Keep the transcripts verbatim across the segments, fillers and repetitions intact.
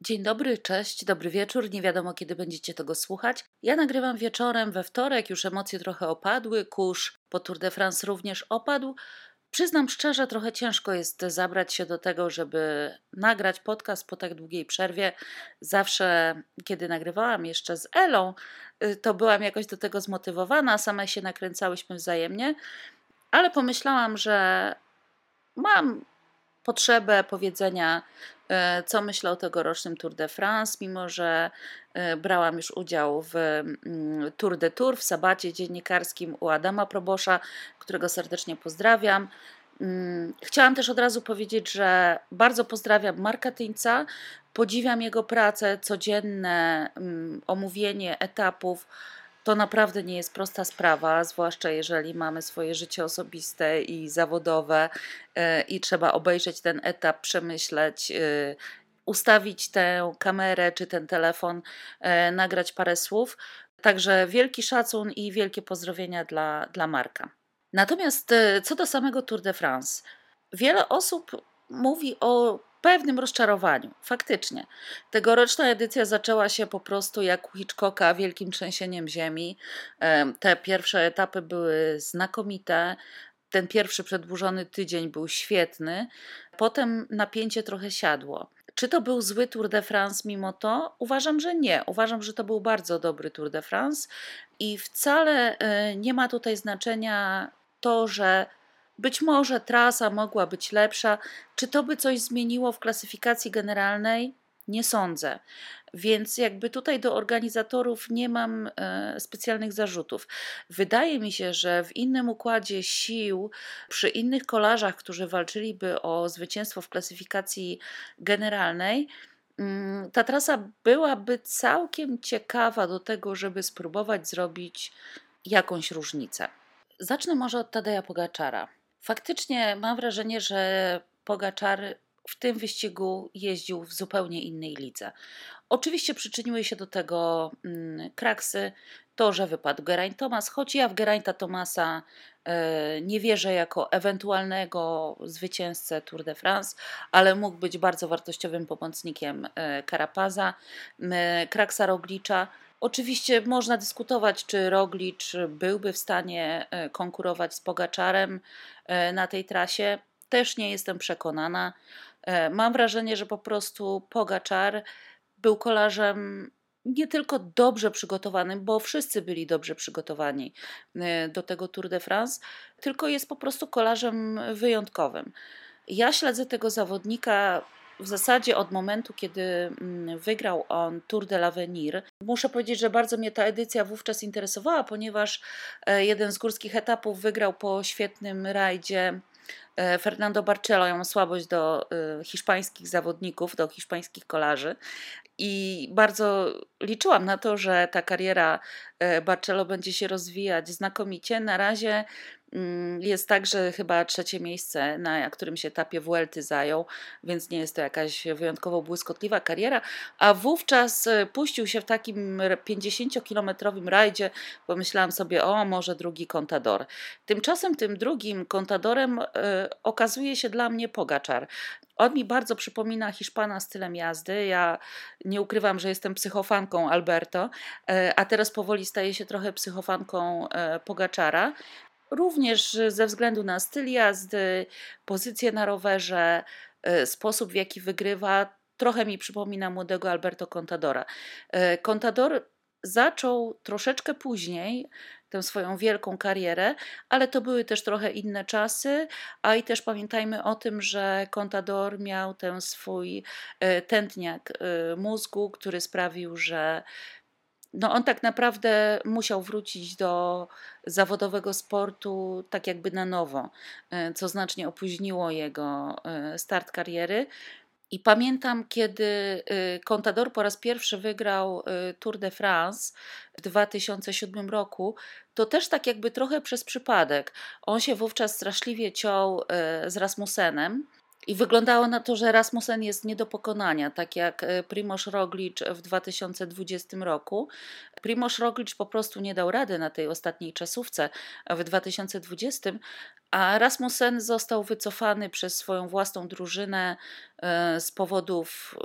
Dzień dobry, cześć, dobry wieczór. Nie wiadomo, kiedy będziecie tego słuchać. Ja nagrywam wieczorem we wtorek, już emocje trochę opadły, kurz po Tour de France również opadł. Przyznam szczerze, trochę ciężko jest zabrać się do tego, żeby nagrać podcast po tak długiej przerwie. Zawsze, kiedy nagrywałam jeszcze z Elą, y, to byłam jakoś do tego zmotywowana, same się nakręcałyśmy wzajemnie, ale pomyślałam, że mam potrzebę powiedzenia, e, co myślę o tegorocznym Tour de France, mimo że e, brałam już udział w mm, Tour de Tour, w sabacie dziennikarskim u Adama Probosza, którego serdecznie pozdrawiam. Mm, Chciałam też od razu powiedzieć, że bardzo pozdrawiam Marka Tyńca, podziwiam jego pracę, codzienne mm, omówienie etapów. To naprawdę nie jest prosta sprawa, zwłaszcza jeżeli mamy swoje życie osobiste i zawodowe e, i trzeba obejrzeć ten etap, przemyśleć, e, ustawić tę kamerę czy ten telefon, e, nagrać parę słów. Także wielki szacun i wielkie pozdrowienia dla, dla Marka. Natomiast e, co do samego Tour de France, wiele osób mówi o pewnym rozczarowaniu. Faktycznie. Tegoroczna edycja zaczęła się po prostu jak u Hitchcocka wielkim trzęsieniem ziemi. Em, Te pierwsze etapy były znakomite. Ten pierwszy przedłużony tydzień był świetny. Potem napięcie trochę siadło. Czy to był zły Tour de France mimo to? Uważam, że nie. Uważam, że to był bardzo dobry Tour de France i wcale e, nie ma tutaj znaczenia to, że być może trasa mogła być lepsza. Czy to by coś zmieniło w klasyfikacji generalnej? Nie sądzę. Więc jakby tutaj do organizatorów nie mam e, specjalnych zarzutów. Wydaje mi się, że w innym układzie sił, przy innych kolarzach, którzy walczyliby o zwycięstwo w klasyfikacji generalnej, mm, ta trasa byłaby całkiem ciekawa do tego, żeby spróbować zrobić jakąś różnicę. Zacznę może od Tadeja Pogaczara. Faktycznie mam wrażenie, że Pogaczar w tym wyścigu jeździł w zupełnie innej lidze. Oczywiście przyczyniły się do tego mm, kraksy, to, że wypadł Geraint Thomas, choć ja w Gerainta Thomasa e, nie wierzę jako ewentualnego zwycięzcę Tour de France, ale mógł być bardzo wartościowym pomocnikiem e, Carapaza, e, kraksa Roglicza. Oczywiście można dyskutować, czy Roglic byłby w stanie e, konkurować z Pogaczarem e, na tej trasie. Też nie jestem przekonana. E, Mam wrażenie, że po prostu Pogaczar był kolarzem nie tylko dobrze przygotowanym, bo wszyscy byli dobrze przygotowani e, do tego Tour de France, tylko jest po prostu kolarzem wyjątkowym. Ja śledzę tego zawodnika w zasadzie od momentu, kiedy mm, wygrał on Tour de l'Avenir. Muszę powiedzieć, że bardzo mnie ta edycja wówczas interesowała, ponieważ e, jeden z górskich etapów wygrał po świetnym rajdzie e, Fernando Barcelo. Ja mam słabość do e, hiszpańskich zawodników, do hiszpańskich kolarzy i bardzo liczyłam na to, że ta kariera e, Barcelo będzie się rozwijać znakomicie. Na razie mm, jest tak, że chyba trzecie miejsce na którymś etapie Vuelty zajął, więc nie jest to jakaś wyjątkowo błyskotliwa kariera, a wówczas e, puścił się w takim r- pięćdziesięciokilometrowym rajdzie. Pomyślałam sobie, o, może drugi Contador. Tymczasem tym drugim Contadorem e, okazuje się dla mnie Pogaczar. On mi bardzo przypomina Hiszpana stylem jazdy. Ja nie ukrywam, że jestem psychofanką Alberto, e, a teraz powoli staję się trochę psychofanką e, Pogaczara. Również ze względu na styl jazdy, pozycję na rowerze, e, sposób w jaki wygrywa, trochę mi przypomina młodego Alberto Contadora. E, Contador zaczął troszeczkę później tę swoją wielką karierę, ale to były też trochę inne czasy, a i też pamiętajmy o tym, że Contador miał ten swój e, tętniak e, mózgu, który sprawił, że no on tak naprawdę musiał wrócić do zawodowego sportu tak jakby na nowo, e, co znacznie opóźniło jego e, start kariery. I pamiętam, kiedy y, Contador po raz pierwszy wygrał y, Tour de France w dwa tysiące siódmym roku, to też tak jakby trochę przez przypadek. On się wówczas straszliwie ciął y, z Rasmussenem. I wyglądało na to, że Rasmussen jest nie do pokonania, tak jak e, Primož Roglic w dwa tysiące dwudziestym roku. Primož Roglic po prostu nie dał rady na tej ostatniej czasówce w dwa tysiące dwudziestym, a Rasmussen został wycofany przez swoją własną drużynę e, z powodów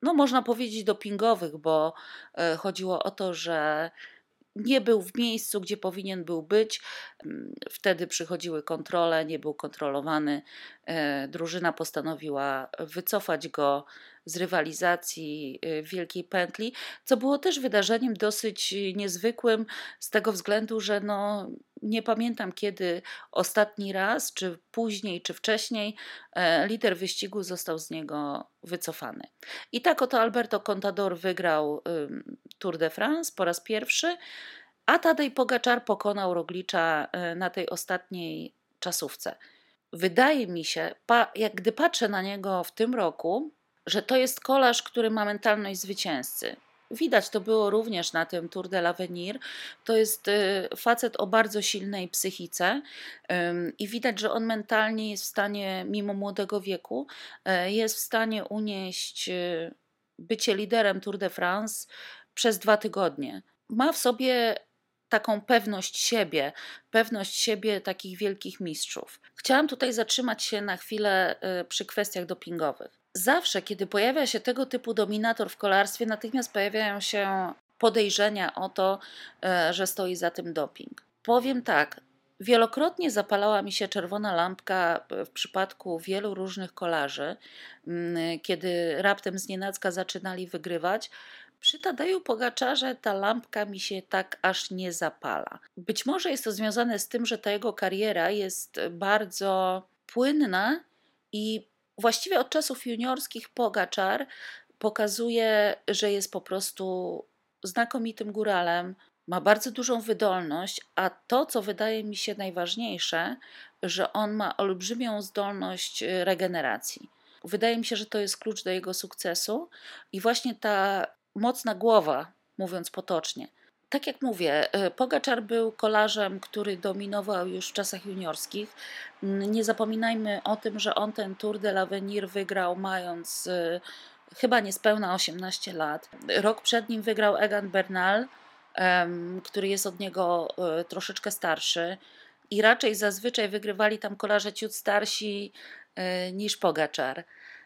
no można powiedzieć dopingowych, bo e, chodziło o to, że nie był w miejscu, gdzie powinien był być. Mm, Wtedy przychodziły kontrole, nie był kontrolowany. E, Drużyna postanowiła wycofać go z rywalizacji e, w Wielkiej Pętli, co było też wydarzeniem dosyć niezwykłym z tego względu, że no, nie pamiętam kiedy ostatni raz, czy później, czy wcześniej, e, lider wyścigu został z niego wycofany. I tak oto Alberto Contador wygrał ym, Tour de France po raz pierwszy, a Tadej Pogaczar pokonał Roglicza e, na tej ostatniej czasówce. Wydaje mi się, pa, jak gdy patrzę na niego w tym roku, że to jest kolarz, który ma mentalność zwycięzcy. Widać to było również na tym Tour de l'Avenir. To jest y, facet o bardzo silnej psychice ym, i widać, że on mentalnie jest w stanie, mimo młodego wieku, y, jest w stanie unieść y, bycie liderem Tour de France przez dwa tygodnie. Ma w sobie taką pewność siebie, pewność siebie takich wielkich mistrzów. Chciałam tutaj zatrzymać się na chwilę y, przy kwestiach dopingowych. Zawsze, kiedy pojawia się tego typu dominator w kolarstwie, natychmiast pojawiają się podejrzenia o to, y, że stoi za tym doping. Powiem tak, wielokrotnie zapalała mi się czerwona lampka w przypadku wielu różnych kolarzy, mm, kiedy raptem znienacka zaczynali wygrywać. Przy Tadeju Pogaczarze ta lampka mi się tak aż nie zapala. Być może jest to związane z tym, że ta jego kariera jest bardzo płynna i właściwie od czasów juniorskich Pogaczar pokazuje, że jest po prostu znakomitym góralem, ma bardzo dużą wydolność, a to, co wydaje mi się najważniejsze, że on ma olbrzymią zdolność regeneracji. Wydaje mi się, że to jest klucz do jego sukcesu i właśnie ta mocna głowa, mówiąc potocznie. Tak jak mówię, Pogaczar był kolarzem, który dominował już w czasach juniorskich. Nie zapominajmy o tym, że on ten Tour de l'Avenir wygrał mając y, chyba niespełna osiemnaście lat. Rok przed nim wygrał Egan Bernal, em, który jest od niego y, troszeczkę starszy i raczej zazwyczaj wygrywali tam kolarze ciut starsi y, niż Pogaczar.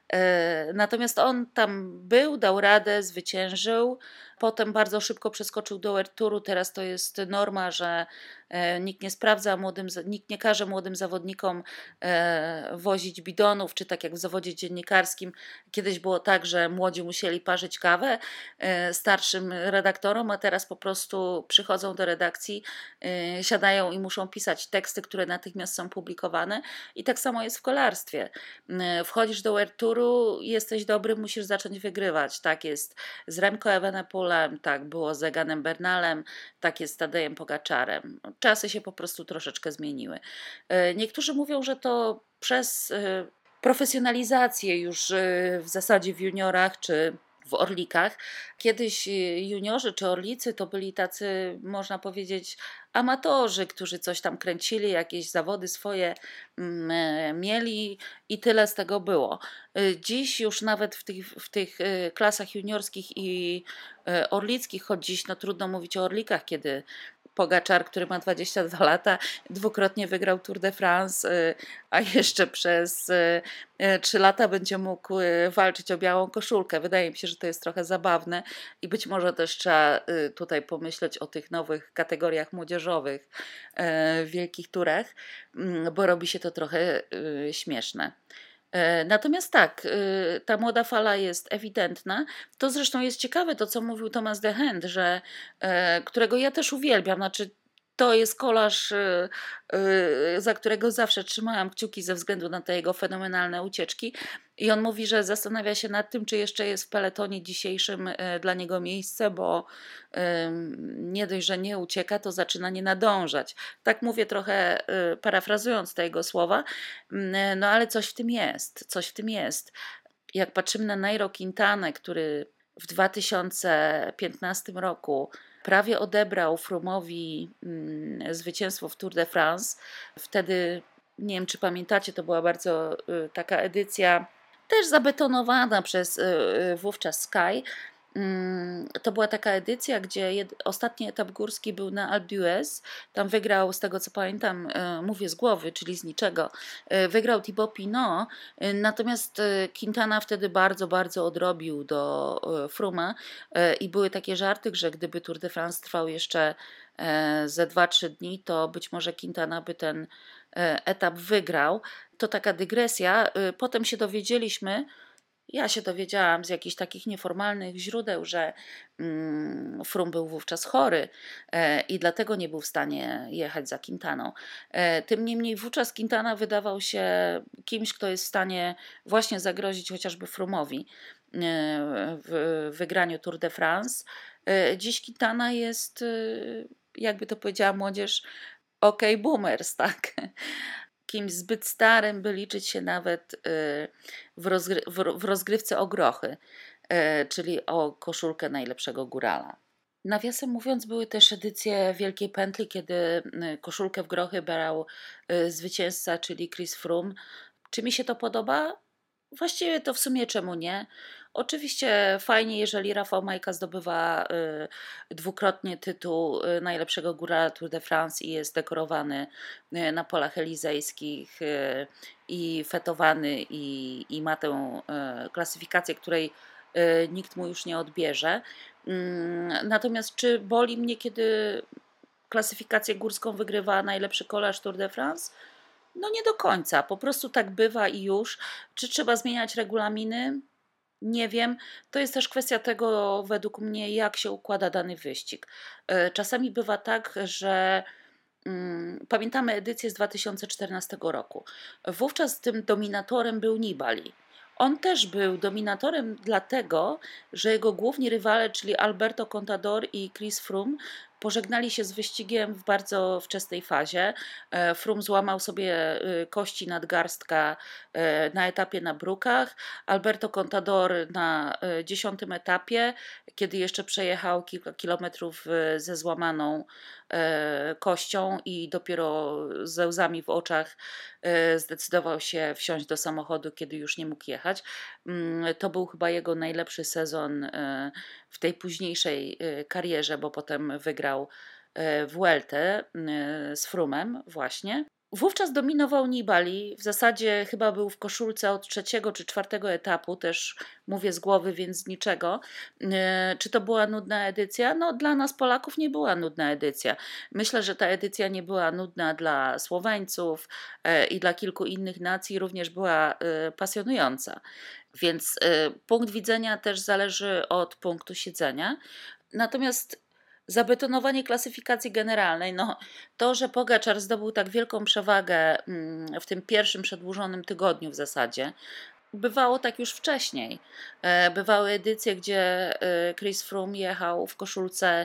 E, Natomiast on tam był, dał radę, zwyciężył. Potem bardzo szybko przeskoczył do World Touru. Teraz to jest norma, że e, nikt nie sprawdza młodym, za- nikt nie każe młodym zawodnikom e, wozić bidonów, czy tak jak w zawodzie dziennikarskim. Kiedyś było tak, że młodzi musieli parzyć kawę e, starszym redaktorom, a teraz po prostu przychodzą do redakcji, e, siadają i muszą pisać teksty, które natychmiast są publikowane. I tak samo jest w kolarstwie. E, Wchodzisz do World Touru, jesteś dobry, musisz zacząć wygrywać. Tak jest z Remco Evenepoelem, tak było z Eganem Bernalem, tak jest z Tadejem Pogaczarem. Czasy się po prostu troszeczkę zmieniły. E, Niektórzy mówią, że to przez e, profesjonalizację już e, w zasadzie w juniorach czy w orlikach. Kiedyś e, juniorzy czy orlicy to byli tacy, można powiedzieć, amatorzy, którzy coś tam kręcili, jakieś zawody swoje mm, e, mieli i tyle z tego było. Y, Dziś już nawet w tych, w tych y, klasach juniorskich i y, orlickich, choć dziś no, trudno mówić o orlikach, kiedy Pogaczar, który ma dwadzieścia dwa lata, dwukrotnie wygrał Tour de France, y, a jeszcze przez y, y, trzy lata będzie mógł y, walczyć o białą koszulkę. Wydaje mi się, że to jest trochę zabawne i być może też trzeba y, tutaj pomyśleć o tych nowych kategoriach młodzieżowych y, w wielkich turach, mm, bo robi się to trochę y, śmieszne. E, Natomiast tak, y, ta młoda fala jest ewidentna. To zresztą jest ciekawe, to co mówił Thomas de Gent, że, e, którego ja też uwielbiam. Znaczy, to jest kolarz, y, y, za którego zawsze trzymałam kciuki ze względu na te jego fenomenalne ucieczki. I on mówi, że zastanawia się nad tym, czy jeszcze jest w peletonie dzisiejszym e, dla niego miejsce, bo ym, nie dość, że nie ucieka, to zaczyna nie nadążać. Tak mówię trochę y, parafrazując te jego słowa, Mm, no ale coś w tym jest, coś w tym jest. Jak patrzymy na Nairo Quintanę, który w dwa tysiące piętnastym roku prawie odebrał Froome'owi mm, zwycięstwo w Tour de France. Wtedy, nie wiem czy pamiętacie, to była bardzo y, taka edycja też zabetonowana przez y, y, wówczas Sky. To była taka edycja, gdzie jed, ostatni etap górski był na Alpe d'Huez. Tam wygrał, z tego co pamiętam, mówię z głowy, czyli z niczego, wygrał Thibaut Pinot, natomiast Quintana wtedy bardzo, bardzo odrobił do Frooma i były takie żarty, że gdyby Tour de France trwał jeszcze ze dwa trzy dni, to być może Quintana by ten etap wygrał. To taka dygresja. Potem się dowiedzieliśmy, ja się dowiedziałam z jakichś takich nieformalnych źródeł, że mm, Froome był wówczas chory e, i dlatego nie był w stanie jechać za Quintaną. E, tym niemniej wówczas Quintana wydawał się kimś, kto jest w stanie właśnie zagrozić chociażby Froome'owi e, w wygraniu Tour de France. E, dziś Quintana jest, e, jakby to powiedziała młodzież, ok boomers, tak? Kimś zbyt starym, by liczyć się nawet w, rozgry w rozgrywce o grochy, czyli o koszulkę najlepszego górala. Nawiasem mówiąc, były też edycje Wielkiej Pętli, kiedy koszulkę w grochy brał zwycięzca, czyli Chris Froome. Czy mi się to podoba? Właściwie to w sumie czemu nie? Oczywiście fajnie, jeżeli Rafał Majka zdobywa y, dwukrotnie tytuł y, najlepszego górala Tour de France i jest dekorowany y, na polach elizejskich y, i fetowany i, i ma tę y, klasyfikację, której y, nikt mu już nie odbierze. Y, natomiast czy boli mnie, kiedy klasyfikację górską wygrywa najlepszy kolarz Tour de France? No nie do końca, po prostu tak bywa i już. Czy trzeba zmieniać regulaminy? Nie wiem. To jest też kwestia tego, według mnie, jak się układa dany wyścig. Czasami bywa tak, że mm, pamiętamy edycję z dwa tysiące czternastego roku. Wówczas tym dominatorem był Nibali. On też był dominatorem dlatego, że jego główni rywale, czyli Alberto Contador i Chris Froome, pożegnali się z wyścigiem w bardzo wczesnej fazie. Froome złamał sobie kości nadgarstka na etapie na Brukach. Alberto Contador na dziesiątym etapie, kiedy jeszcze przejechał kilka kilometrów ze złamaną kością i dopiero ze łzami w oczach zdecydował się wsiąść do samochodu, kiedy już nie mógł jechać. To był chyba jego najlepszy sezon w tej późniejszej karierze, bo potem wygrał Vueltę z Froomem właśnie. Wówczas dominował Nibali, w zasadzie chyba był w koszulce od trzeciego czy czwartego etapu, też mówię z głowy, więc z niczego. Czy to była nudna edycja? No dla nas Polaków nie była nudna edycja. Myślę, że ta edycja nie była nudna dla Słoweńców i dla kilku innych nacji, również była pasjonująca. Więc punkt widzenia też zależy od punktu siedzenia. Natomiast zabetonowanie klasyfikacji generalnej, no to, że Pogačar zdobył tak wielką przewagę w tym pierwszym przedłużonym tygodniu w zasadzie, bywało tak już wcześniej. Bywały edycje, gdzie Chris Froome jechał w koszulce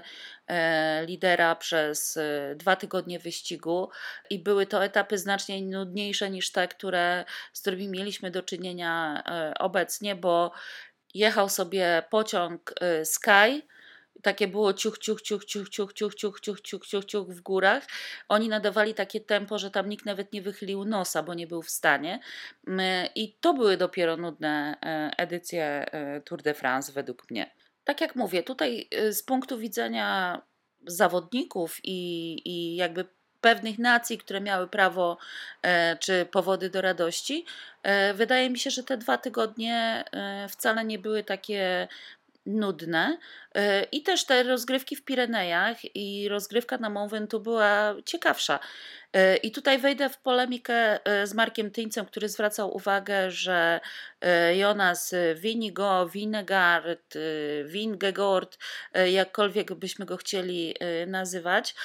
lidera przez dwa tygodnie wyścigu i były to etapy znacznie nudniejsze niż te, które, z którymi mieliśmy do czynienia obecnie, bo jechał sobie pociąg Sky, takie było ciuch, ciuch, ciuch, ciuch, ciuch, ciuch, ciuch, ciuch, ciuch, ciuch, ciuch w górach. Oni nadawali takie tempo, że tam nikt nawet nie wychylił nosa, bo nie był w stanie. I to były dopiero nudne edycje Tour de France według mnie. Tak jak mówię, tutaj z punktu widzenia zawodników i, i jakby pewnych nacji, które miały prawo czy powody do radości, wydaje mi się, że te dwa tygodnie wcale nie były takie nudne. I też te rozgrywki w Pirenejach i rozgrywka na Mont Ventoux była ciekawsza. I tutaj wejdę w polemikę z Markiem Tyńcem, który zwracał uwagę, że Jonas Vingegaard, Vingegaard, Vingegaard, jakkolwiek byśmy go chcieli nazywać,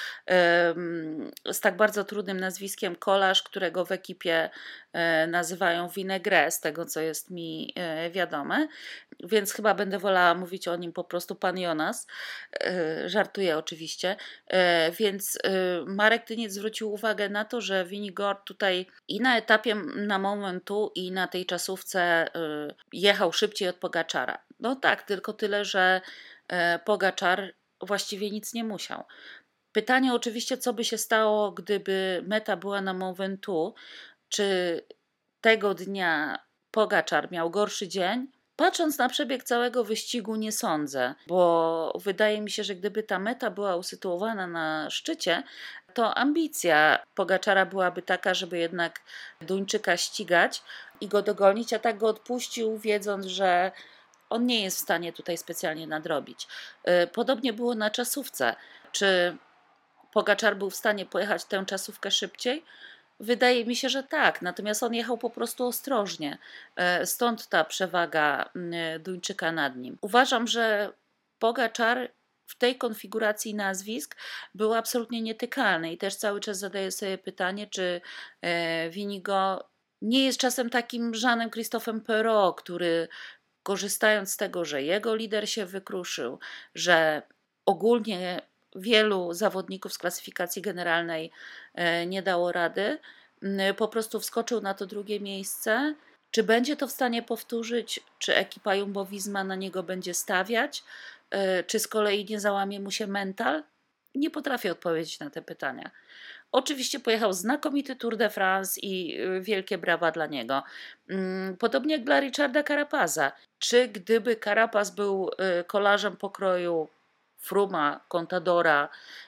z tak bardzo trudnym nazwiskiem kolarz, którego w ekipie nazywają Vinegre, z tego co jest mi wiadome, więc chyba będę wolała mówić o nim po prostu pan Jonas. Żartuję oczywiście. Więc Marek Tyniec zwrócił uwagę na to, że Vingegaard tutaj i na etapie na Mont Ventoux i na tej czasówce jechał szybciej od Pogačara. No tak, tylko tyle, że Pogačar właściwie nic nie musiał. Pytanie oczywiście, co by się stało, gdyby meta była na Mont Ventoux, czy tego dnia Pogačar miał gorszy dzień? Patrząc na przebieg całego wyścigu nie sądzę, bo wydaje mi się, że gdyby ta meta była usytuowana na szczycie, to ambicja Pogaczara byłaby taka, żeby jednak Duńczyka ścigać i go dogonić, a tak go odpuścił, wiedząc, że on nie jest w stanie tutaj specjalnie nadrobić. Y, Podobnie było na czasówce. Czy Pogaczar był w stanie pojechać tę czasówkę szybciej? Wydaje mi się, że tak, natomiast on jechał po prostu ostrożnie. E, Stąd ta przewaga mm, Duńczyka nad nim. Uważam, że Pogaczar w tej konfiguracji nazwisk był absolutnie nietykalny i też cały czas zadaję sobie pytanie, czy e, Winigo nie jest czasem takim Jeanem Christophem Perrault, który korzystając z tego, że jego lider się wykruszył, że ogólnie wielu zawodników z klasyfikacji generalnej e, nie dało rady, m, po prostu wskoczył na to drugie miejsce. Czy będzie to w stanie powtórzyć? Czy ekipa Jumbo-Visma na niego będzie stawiać? E, Czy z kolei nie załamie mu się mental? Nie potrafię odpowiedzieć na te pytania. Oczywiście pojechał znakomity Tour de France i y, wielkie brawa dla niego. Mm, Podobnie jak dla Richarda Carapaza. Czy gdyby Carapaz był y, kolarzem pokroju Fruma, Contadora,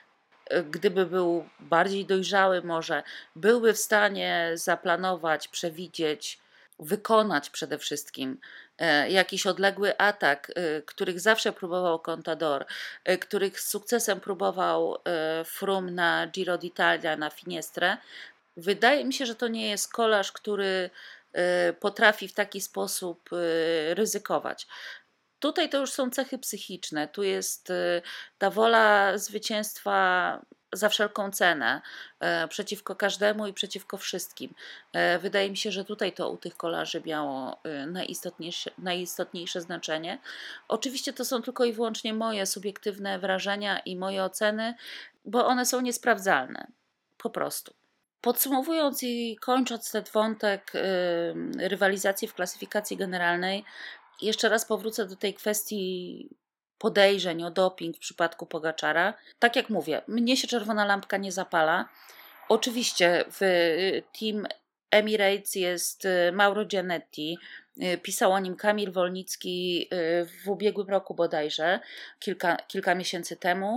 y, gdyby był bardziej dojrzały może, byłby w stanie zaplanować, przewidzieć, wykonać przede wszystkim e, jakiś odległy atak, e, których zawsze próbował Contador, e, których z sukcesem próbował e, Froome na Giro d'Italia, na Finestrę. Wydaje mi się, że to nie jest kolarz, który e, potrafi w taki sposób e, ryzykować. Tutaj to już są cechy psychiczne. Tu jest y, ta wola zwycięstwa za wszelką cenę, e, przeciwko każdemu i przeciwko wszystkim. E, Wydaje mi się, że tutaj to u tych kolarzy miało y, najistotniejsze, najistotniejsze znaczenie. Oczywiście to są tylko i wyłącznie moje subiektywne wrażenia i moje oceny, bo one są niesprawdzalne. Po prostu. Podsumowując i kończąc ten wątek y, rywalizacji w klasyfikacji generalnej, jeszcze raz powrócę do tej kwestii podejrzeń o doping w przypadku Pogaczara. Tak jak mówię, mnie się czerwona lampka nie zapala. Oczywiście w Team Emirates jest y, Mauro Gianetti, y, pisał o nim Kamil Wolnicki y, w ubiegłym roku bodajże, kilka, kilka miesięcy temu.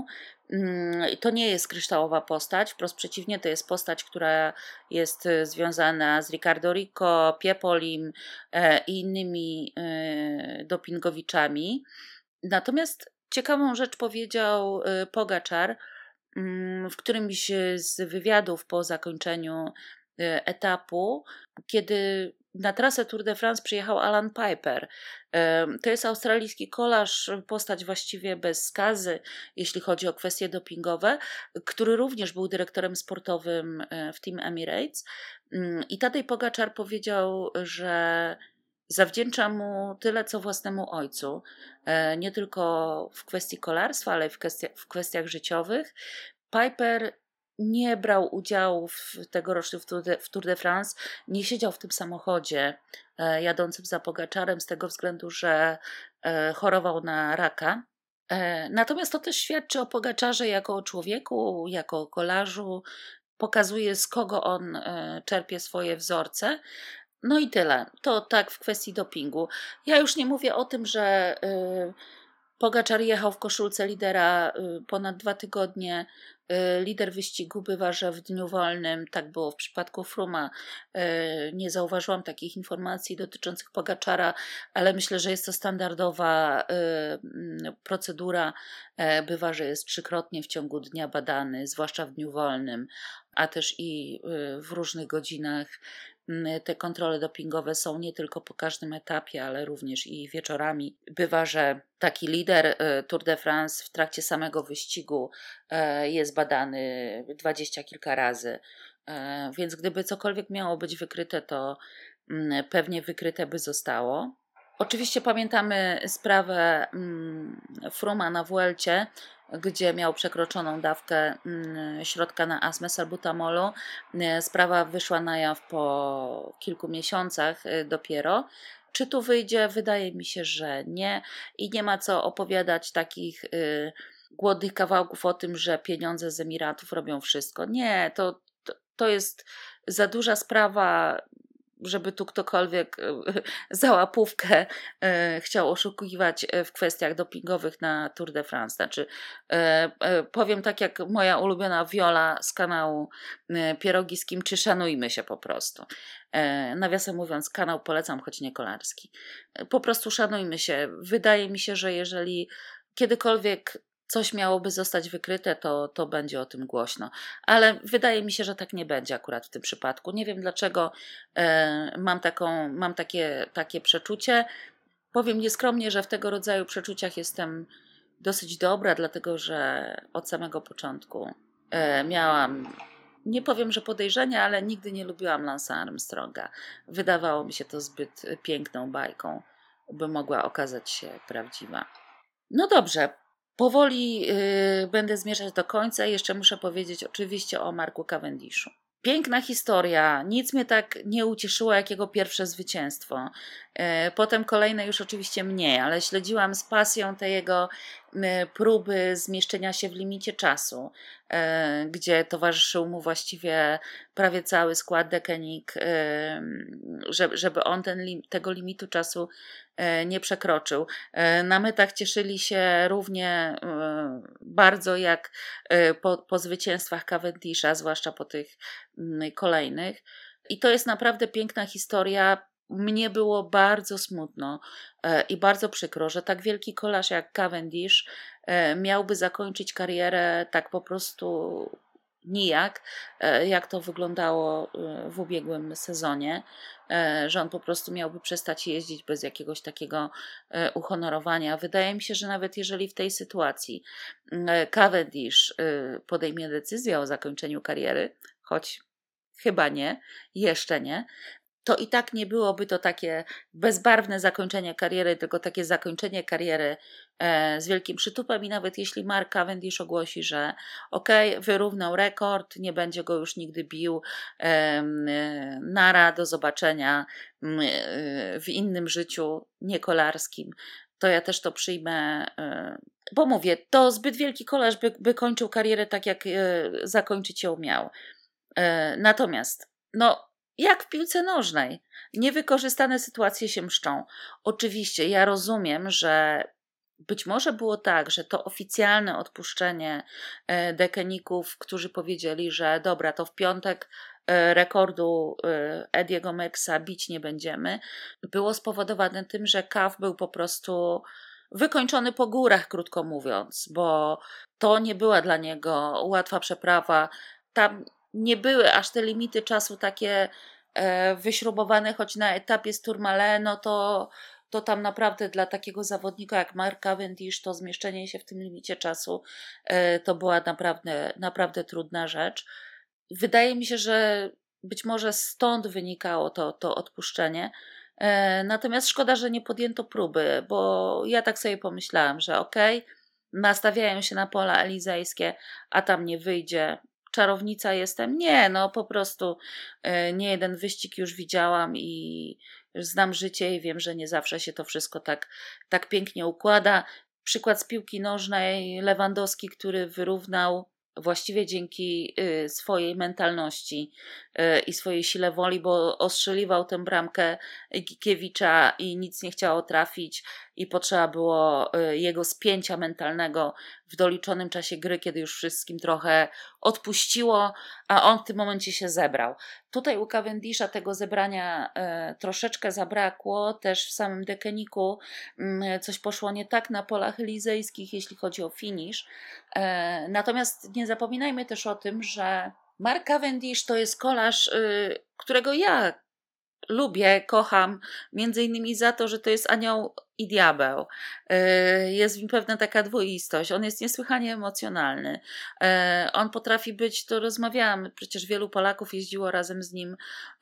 Mm, To nie jest kryształowa postać, wprost przeciwnie, to jest postać, która jest y, związana z Ricardo Rico, Piepolim e, i innymi y, dopingowiczami. Natomiast ciekawą rzecz powiedział y, Pogaczar mm, w którymś z wywiadów po zakończeniu y, etapu, kiedy na trasę Tour de France przyjechał Alan Piper. Em, To jest australijski kolarz, postać właściwie bez skazy, jeśli chodzi o kwestie dopingowe, który również był dyrektorem sportowym e, w Team Emirates. Mm, I Tadej Pogaczar powiedział, że zawdzięcza mu tyle, co własnemu ojcu. E, Nie tylko w kwestii kolarstwa, ale i w kwestiach, w kwestiach życiowych. Piper nie brał udziału w tegorocznym w Tour de, w Tour de France, nie siedział w tym samochodzie e, jadącym za Pogaczarem z tego względu, że e, chorował na raka. E, natomiast to też świadczy o Pogaczarze jako o człowieku, jako o kolarzu, pokazuje z kogo on e, czerpie swoje wzorce. No i tyle. To tak w kwestii dopingu. Ja już nie mówię o tym, że y, Pogaczar jechał w koszulce lidera y, ponad dwa tygodnie. Y, Lider wyścigu bywa, że w dniu wolnym, tak było w przypadku Fruma. Y, Nie zauważyłam takich informacji dotyczących Pogaczara, ale myślę, że jest to standardowa y, mm, procedura. E, Bywa, że jest trzykrotnie w ciągu dnia badany, zwłaszcza w dniu wolnym, a też i y, w różnych godzinach. Mm, Te kontrole dopingowe są nie tylko po każdym etapie, ale również i wieczorami. Bywa, że taki lider e, Tour de France w trakcie samego wyścigu e, jest badany dwadzieścia kilka razy. E, Więc gdyby cokolwiek miało być wykryte, to mm, pewnie wykryte by zostało. Oczywiście pamiętamy sprawę mm, Fruma na Vuelcie, gdzie miał przekroczoną dawkę mm, środka na astmę salbutamolu. E, Sprawa wyszła na jaw po kilku miesiącach e, dopiero. Czy tu wyjdzie? Wydaje mi się, że nie. I nie ma co opowiadać takich y, głodnych kawałków o tym, że pieniądze z Emiratów robią wszystko. Nie, to, to, to jest za duża sprawa, żeby tu ktokolwiek za łapówkę chciał oszukiwać w kwestiach dopingowych na Tour de France. Znaczy, powiem tak jak moja ulubiona Viola z kanału Pierogi z Kimchi, szanujmy się po prostu. Nawiasem mówiąc, kanał polecam, choć nie kolarski. Po prostu szanujmy się. Wydaje mi się, że jeżeli kiedykolwiek coś miałoby zostać wykryte, to, to będzie o tym głośno. Ale wydaje mi się, że tak nie będzie akurat w tym przypadku. Nie wiem dlaczego e, mam, taką, mam takie, takie przeczucie. Powiem nieskromnie, że w tego rodzaju przeczuciach jestem dosyć dobra, dlatego że od samego początku e, miałam, nie powiem, że podejrzenia, ale nigdy nie lubiłam Lance'a Armstronga. Wydawało mi się to zbyt piękną bajką, by mogła okazać się prawdziwa. No dobrze. Powoli yy, będę zmierzać do końca. Jeszcze muszę powiedzieć oczywiście o Marku Cavendishu. Piękna historia. Nic mnie tak nie ucieszyło jak jego pierwsze zwycięstwo. Yy, potem kolejne już oczywiście mniej, ale śledziłam z pasją te jego yy, próby zmieszczenia się w limicie czasu, yy, gdzie towarzyszył mu właściwie prawie cały skład Deceuninck, yy, żeby, żeby on ten lim, tego limitu czasu nie przekroczył. Na metach cieszyli się równie bardzo jak po, po zwycięstwach Cavendisha, zwłaszcza po tych kolejnych. I to jest naprawdę piękna historia. Mnie było bardzo smutno i bardzo przykro, że tak wielki kolarz jak Cavendish miałby zakończyć karierę tak po prostu nijak, jak to wyglądało w ubiegłym sezonie, że on po prostu miałby przestać jeździć bez jakiegoś takiego uhonorowania. Wydaje mi się, że nawet jeżeli w tej sytuacji Cavendish podejmie decyzję o zakończeniu kariery, choć chyba nie, jeszcze nie, to i tak nie byłoby to takie bezbarwne zakończenie kariery, tylko takie zakończenie kariery e, z wielkim przytupem i nawet jeśli Mark Cavendish ogłosi, że okej, okay, wyrównał rekord, nie będzie go już nigdy bił, e, nara, do zobaczenia e, w innym życiu, niekolarskim, to ja też to przyjmę, e, bo mówię, to zbyt wielki kolarz, by, by kończył karierę tak, jak e, zakończyć ją miał. E, natomiast, no, jak w piłce nożnej. Niewykorzystane sytuacje się mszczą. Oczywiście ja rozumiem, że być może było tak, że to oficjalne odpuszczenie Deceuninków, którzy powiedzieli, że dobra, to w piątek rekordu Ediego Merckxa bić nie będziemy, było spowodowane tym, że Cav był po prostu wykończony po górach, krótko mówiąc, bo to nie była dla niego łatwa przeprawa. Tam nie były aż te limity czasu takie e, wyśrubowane, choć na etapie z Tourmalet, no to, to tam naprawdę dla takiego zawodnika jak Mark Cavendish to zmieszczenie się w tym limicie czasu e, to była naprawdę, naprawdę trudna rzecz. Wydaje mi się, że być może stąd wynikało to, to odpuszczenie. E, natomiast szkoda, że nie podjęto próby, bo ja tak sobie pomyślałam, że okej, okay, nastawiają się na pola elizejskie, a tam nie wyjdzie. Czarownica jestem? Nie, no po prostu y, nie jeden wyścig już widziałam i znam życie i wiem, że nie zawsze się to wszystko tak, tak pięknie układa. Przykład z piłki nożnej, Lewandowski, który wyrównał właściwie dzięki y, swojej mentalności y, i swojej sile woli, bo ostrzeliwał tę bramkę Gikiewicza i nic nie chciało trafić i potrzeba było y, jego spięcia mentalnego w doliczonym czasie gry, kiedy już wszystkim trochę odpuściło, a on w tym momencie się zebrał. Tutaj u Cavendisha tego zebrania y, troszeczkę zabrakło, też w samym Deceunincu y, coś poszło nie tak na polach elizejskich, jeśli chodzi o finish. Y, natomiast nie zapominajmy też o tym, że Mark Cavendish to jest kolarz, y, którego ja lubię, kocham, między innymi za to, że to jest anioł i diabeł. Jest w nim pewna taka dwoistość. On jest niesłychanie emocjonalny. On potrafi być, to rozmawiałam, przecież wielu Polaków jeździło razem z nim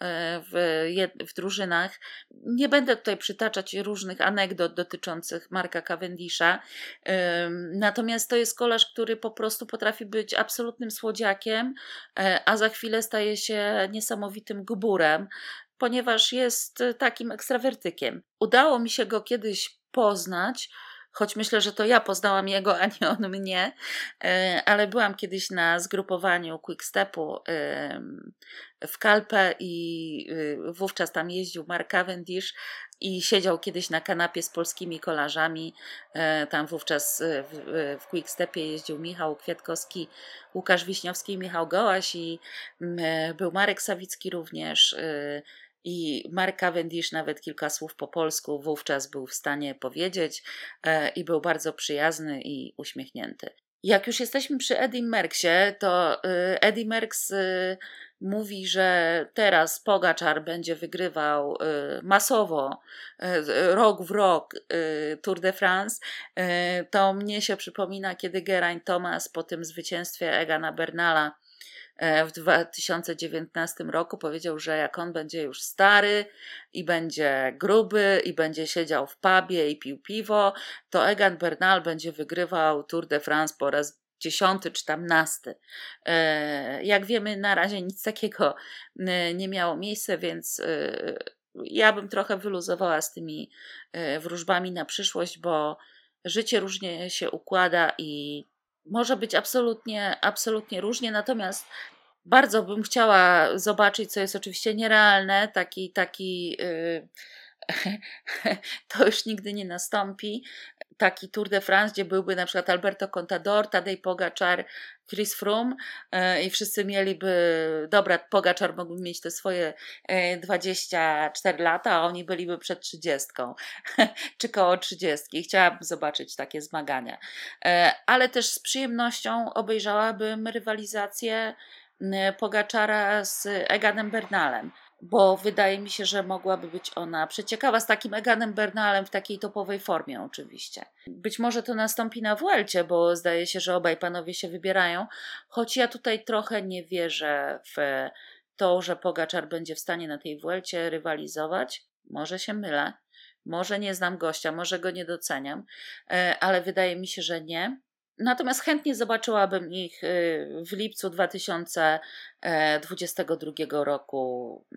w, w drużynach. Nie będę tutaj przytaczać różnych anegdot dotyczących Marka Cavendisha. Natomiast to jest kolarz, który po prostu potrafi być absolutnym słodziakiem, a za chwilę staje się niesamowitym gburem, ponieważ jest takim ekstrawertykiem. Udało mi się go kiedyś poznać, choć myślę, że to ja poznałam jego, a nie on mnie, e, ale byłam kiedyś na zgrupowaniu Quickstepu em, w Calpe i y, wówczas tam jeździł Mark Cavendish i siedział kiedyś na kanapie z polskimi kolarzami. E, Tam wówczas e, w, e, w Quickstepie jeździł Michał Kwiatkowski, Łukasz Wiśniowski i Michał Gołaś i mm, e, był Marek Sawicki również. e, I Mark Cavendish nawet kilka słów po polsku wówczas był w stanie powiedzieć e, i był bardzo przyjazny i uśmiechnięty. Jak już jesteśmy przy Eddie Merckxie, to y, Eddie Merckx y, mówi, że teraz Pogačar będzie wygrywał y, masowo y, rok w rok y, Tour de France. Y, to mnie się przypomina, kiedy Geraint Thomas po tym zwycięstwie Egana Bernala w dwa tysiące dziewiętnastym roku powiedział, że jak on będzie już stary i będzie gruby i będzie siedział w pubie i pił piwo, to Egan Bernal będzie wygrywał Tour de France po raz dziesiąty czy tam nasty. Jak wiemy, na razie nic takiego nie miało miejsca, więc ja bym trochę wyluzowała z tymi wróżbami na przyszłość, bo życie różnie się układa i może być absolutnie, absolutnie różnie, natomiast bardzo bym chciała zobaczyć, co jest oczywiście nierealne, taki, taki yy, to już nigdy nie nastąpi, taki Tour de France, gdzie byłby na przykład Alberto Contador, Tadej Pogačar, Chris Froome yy, i wszyscy mieliby, dobra, Pogačar mógłby mieć te swoje yy, dwadzieścia cztery lata, a oni byliby przed trzydziestką czy koło trzydziestki. Chciałabym zobaczyć takie zmagania. Yy, ale też z przyjemnością obejrzałabym rywalizację Pogačara z Eganem Bernalem, bo wydaje mi się, że mogłaby być ona przeciekawa z takim Eganem Bernalem w takiej topowej formie oczywiście. Być może to nastąpi na Vuelcie, bo zdaje się, że obaj panowie się wybierają, choć ja tutaj trochę nie wierzę w to, że Pogačar będzie w stanie na tej Vuelcie rywalizować. Może się mylę, może nie znam gościa, może go nie doceniam, ale wydaje mi się, że nie. Natomiast chętnie zobaczyłabym ich w lipcu dwa tysiące dwudziestego drugiego roku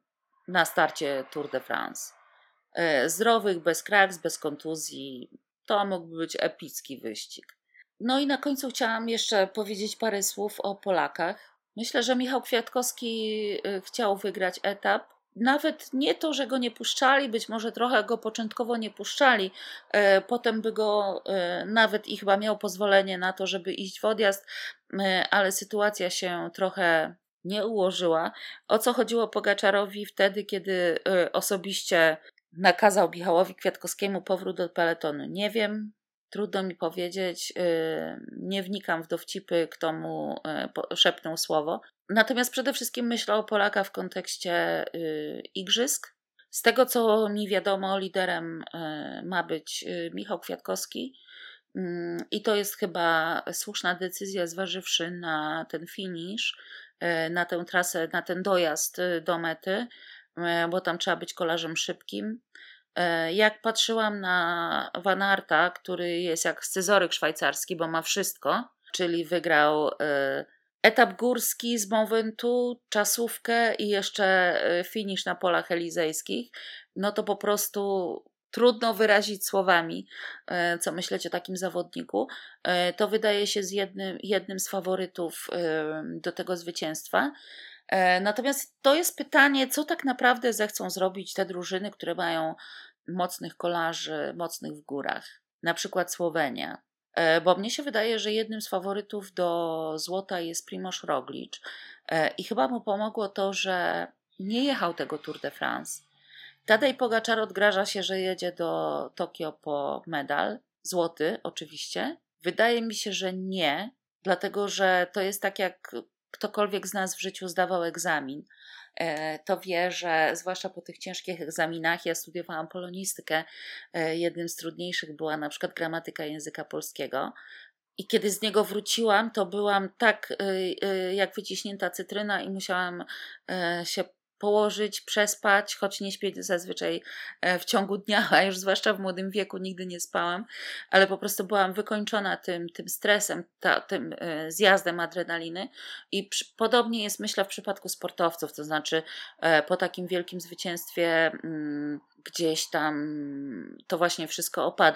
na starcie Tour de France. Zdrowych, bez kraks, bez kontuzji. To mógłby być epicki wyścig. No i na końcu chciałam jeszcze powiedzieć parę słów o Polakach. Myślę, że Michał Kwiatkowski chciał wygrać etap. Nawet nie to, że go nie puszczali, być może trochę go początkowo nie puszczali, e, potem by go e, nawet i chyba miał pozwolenie na to, żeby iść w odjazd, e, ale sytuacja się trochę nie ułożyła. O co chodziło Pogačarowi wtedy, kiedy e, osobiście nakazał Michałowi Kwiatkowskiemu powrót do peletonu? Nie wiem, trudno mi powiedzieć, e, nie wnikam w dowcipy, kto mu e, po, szepnął słowo. Natomiast przede wszystkim myślę o Polaka w kontekście y, igrzysk. Z tego, co mi wiadomo, liderem y, ma być y, Michał Kwiatkowski y, i to jest chyba słuszna decyzja, zważywszy na ten finisz, y, na tę trasę, na ten dojazd y, do mety, y, bo tam trzeba być kolarzem szybkim. Y, jak patrzyłam na Van Aerta, który jest jak scyzoryk szwajcarski, bo ma wszystko, czyli wygrał y, etap górski z Mont Ventoux, czasówkę i jeszcze finisz na polach elizejskich, no to po prostu trudno wyrazić słowami, co myśleć o takim zawodniku. To wydaje się z jednym, jednym z faworytów do tego zwycięstwa. Natomiast to jest pytanie, co tak naprawdę zechcą zrobić te drużyny, które mają mocnych kolarzy, mocnych w górach, na przykład Słowenia. Bo mnie się wydaje, że jednym z faworytów do złota jest Primož Roglič i chyba mu pomogło to, że nie jechał tego Tour de France. Tadej Pogačar odgraża się, że jedzie do Tokio po medal, złoty oczywiście. Wydaje mi się, że nie, dlatego że to jest tak, jak ktokolwiek z nas w życiu zdawał egzamin. To wie, że zwłaszcza po tych ciężkich egzaminach, ja studiowałam polonistykę, jednym z trudniejszych była na przykład gramatyka języka polskiego i kiedy z niego wróciłam, to byłam tak jak wyciśnięta cytryna i musiałam się położyć, przespać, choć nie śpię zazwyczaj w ciągu dnia, a już zwłaszcza w młodym wieku nigdy nie spałam, ale po prostu byłam wykończona tym, tym stresem, ta, tym zjazdem adrenaliny i przy, podobnie jest, myślę, w przypadku sportowców, to znaczy po takim wielkim zwycięstwie gdzieś tam to właśnie wszystko opada.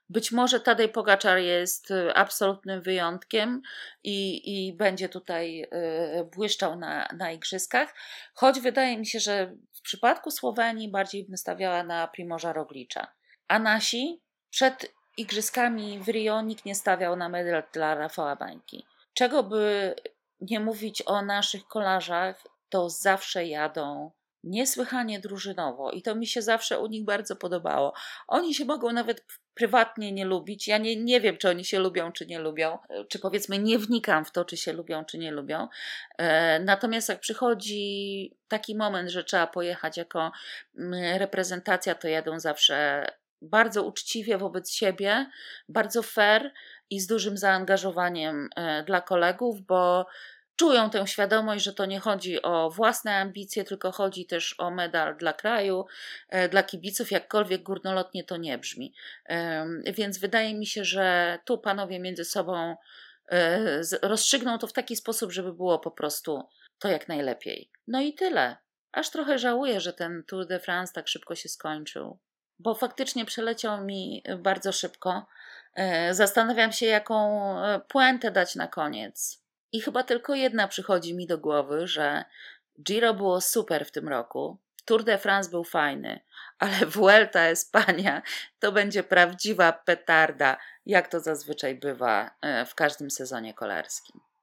Być może Tadej Pogaczar jest y, absolutnym wyjątkiem i, i będzie tutaj y, błyszczał na, na igrzyskach, choć wydaje mi się, że w przypadku Słowenii bardziej bym stawiała na Primoża Roglicza. A nasi przed igrzyskami w Rio nikt nie stawiał na medal dla Rafała Bańki. Czego by nie mówić o naszych kolarzach, to zawsze jadą niesłychanie drużynowo i to mi się zawsze u nich bardzo podobało. Oni się mogą nawet prywatnie nie lubić. Ja nie, nie wiem, czy oni się lubią, czy nie lubią, czy powiedzmy nie wnikam w to, czy się lubią, czy nie lubią. E, natomiast jak przychodzi taki moment, że trzeba pojechać jako mm, reprezentacja, to jadą zawsze bardzo uczciwie wobec siebie, bardzo fair i z dużym zaangażowaniem e, dla kolegów, bo czują tę świadomość, że to nie chodzi o własne ambicje, tylko chodzi też o medal dla kraju, e, dla kibiców, jakkolwiek górnolotnie to nie brzmi. E, Więc wydaje mi się, że tu panowie między sobą e, z- rozstrzygną to w taki sposób, żeby było po prostu to jak najlepiej. No i tyle. Aż trochę żałuję, że ten Tour de France tak szybko się skończył, bo faktycznie przeleciał mi bardzo szybko. E, Zastanawiam się, jaką e, puentę dać na koniec. I chyba tylko jedna przychodzi mi do głowy, że Giro było super w tym roku, Tour de France był fajny, ale Vuelta a España to będzie prawdziwa petarda, jak to zazwyczaj bywa e, w każdym sezonie kolarskim.